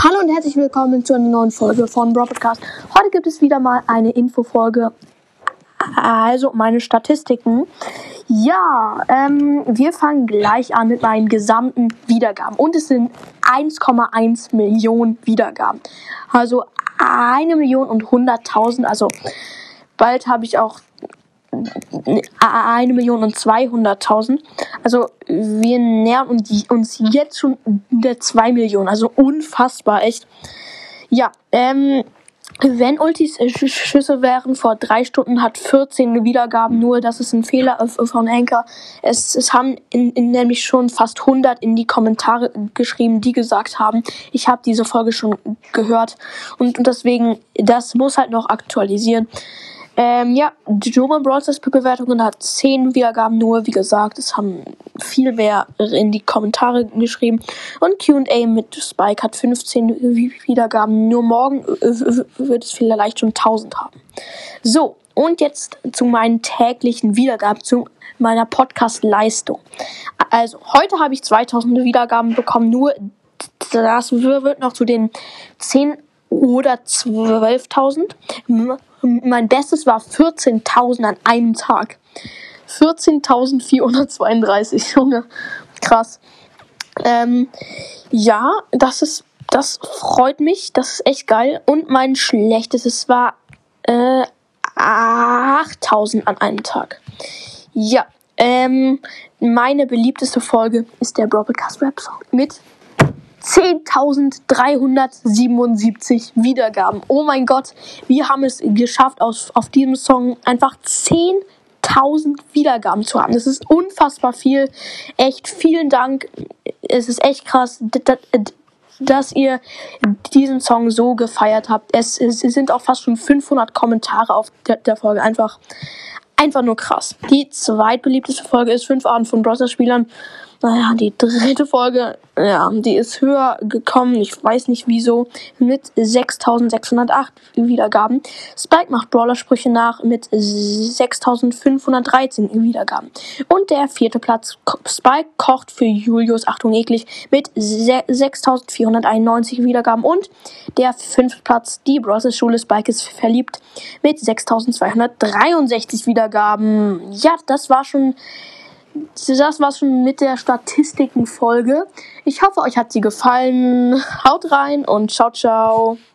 Hallo und herzlich willkommen zu einer neuen Folge von Brawl Podcast. Heute gibt es wieder mal eine Infofolge, also meine Statistiken. Ja, wir fangen gleich an mit meinen gesamten Wiedergaben und es sind 1,1 Millionen Wiedergaben. Also 1.100.000, also bald habe ich auch 1.200.000. Also wir nähern uns jetzt schon der 2 Millionen. Also unfassbar, echt. Ja, wenn Ultis Schüsse wären, vor 3 Stunden hat 14 Wiedergaben, nur das ist ein Fehler von Anchor. Es haben nämlich schon fast 100 in die Kommentare geschrieben, die gesagt haben, ich habe diese Folge schon gehört und deswegen, das muss halt noch aktualisieren. Ja, die German Brawl Stars Bewertungen hat 10 Wiedergaben nur, wie gesagt, es haben viel mehr in die Kommentare geschrieben. Und Q&A mit Spike hat 15 Wiedergaben, nur morgen wird es vielleicht schon 1000 haben. So, und jetzt zu meinen täglichen Wiedergaben, zu meiner Podcast-Leistung. Also, heute habe ich 2000 Wiedergaben bekommen, nur das wird noch zu den 10 oder 12.000. Mein Bestes war 14.000 an einem Tag. 14.432, Junge. Krass. Ja, das freut mich. Das ist echt geil. Und mein schlechtestes war 8.000 an einem Tag. Ja, meine beliebteste Folge ist der Brawl Podcast Rap Song mit 10.377 Wiedergaben. Oh mein Gott, wir haben es geschafft, auf diesem Song einfach 10.000 Wiedergaben zu haben. Das ist unfassbar viel. Echt, vielen Dank. Es ist echt krass, dass ihr diesen Song so gefeiert habt. Es sind auch fast schon 500 Kommentare auf der Folge. Einfach nur krass. Die zweitbeliebteste Folge ist 5 Arten von Brawl Stars Spielern. Naja, die dritte Folge, ja, die ist höher gekommen, ich weiß nicht wieso, mit 6.608 Wiedergaben. Spike macht Brawler-Sprüche nach mit 6.513 Wiedergaben. Und der 4. Platz, Spike kocht für Julius, Achtung eklig, mit 6.491 Wiedergaben. Und der 5. Platz, die Brawl Stars Schule, Spike ist verliebt, mit 6.263 Wiedergaben. Ja, das war's schon mit der Statistikenfolge. Ich hoffe, euch hat sie gefallen. Haut rein und ciao, ciao.